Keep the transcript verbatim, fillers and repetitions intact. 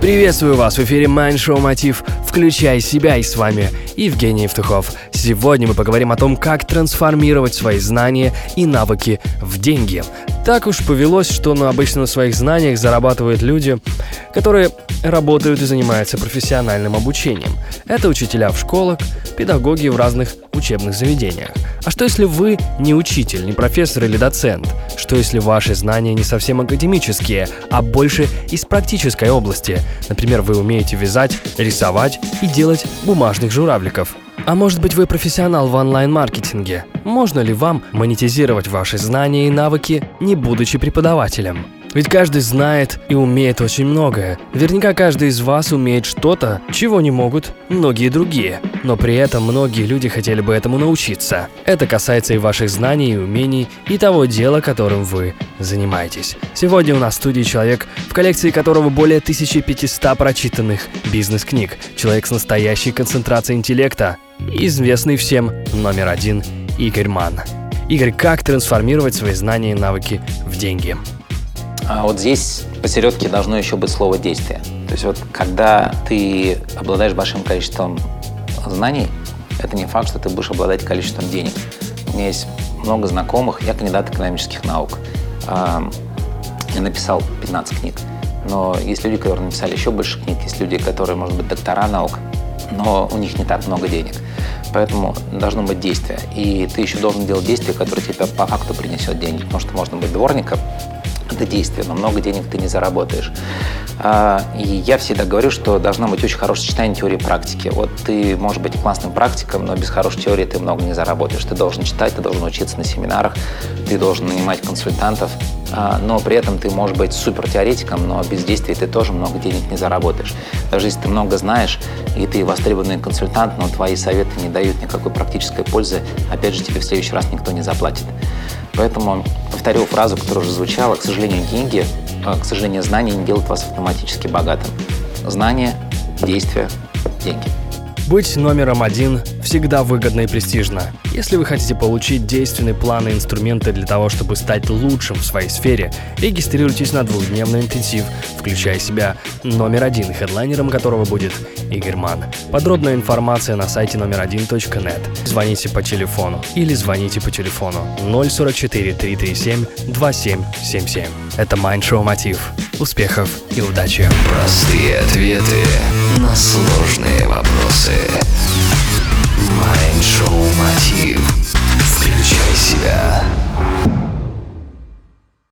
Приветствую вас, в эфире Mind Show Мотив «Включай себя», и с вами Евгений Евтухов. Сегодня мы поговорим о том, как трансформировать свои знания и навыки в деньги. Так уж повелось, что ну, обычно на своих знаниях зарабатывают люди, которые работают и занимаются профессиональным обучением. Это учителя в школах, педагоги в разных учебных заведениях. А что если вы не учитель, не профессор или доцент? Что если ваши знания не совсем академические, а больше из практической области? Например, вы умеете вязать, рисовать и делать бумажных журавликов. А может быть, вы профессионал в онлайн-маркетинге? Можно ли вам монетизировать ваши знания и навыки, не будучи преподавателем? Ведь каждый знает и умеет очень многое. Наверняка каждый из вас умеет что-то, чего не могут многие другие. Но при этом многие люди хотели бы этому научиться. Это касается и ваших знаний и умений, и того дела, которым вы занимаетесь. Сегодня у нас в студии человек, в коллекции которого более тысячи пятисот прочитанных бизнес-книг. Человек с настоящей концентрацией интеллекта. Известный всем номер один Игорь Манн. Игорь, как трансформировать свои знания и навыки в деньги? А вот здесь посередке должно еще быть слово «действие». То есть вот когда ты обладаешь большим количеством знаний, это не факт, что ты будешь обладать количеством денег. У меня есть много знакомых, я кандидат экономических наук. Я написал пятнадцать книг, но есть люди, которые написали еще больше книг, есть люди, которые, может быть, доктора наук, но у них не так много денег. Поэтому должно быть действие. И ты еще должен делать действие, которое тебе по факту принесет деньги. Потому что можно быть дворником, это действие, но много денег ты не заработаешь. И я всегда говорю, что должно быть очень хорошее сочетание теории и практики. Вот ты можешь быть классным практиком, но без хорошей теории ты много не заработаешь. Ты должен читать, ты должен учиться на семинарах, ты должен нанимать консультантов, но при этом ты можешь быть супертеоретиком, но без действия ты тоже много денег не заработаешь. Даже если ты много знаешь, и ты востребованный консультант, но твои советы не дают никакой практической пользы, опять же, тебе в следующий раз никто не заплатит. Поэтому повторю фразу, которая уже звучала: к сожалению, деньги, к сожалению, знания не делают вас автоматически богатым. Знания, действия, деньги. Быть номером один всегда выгодно и престижно. Если вы хотите получить действенный план и инструменты для того, чтобы стать лучшим в своей сфере, регистрируйтесь на двухдневный интенсив «Включай себя» номер один, хедлайнером которого будет Игорь Манн. Подробная информация на сайте номер один точка нет. Звоните по телефону или звоните по телефону ноль сорок четыре триста тридцать семь двадцать семь семьдесят семь. Это Mind Show Мотив. Успехов и удачи! Простые ответы на сложные вопросы. Mind Show Мотив.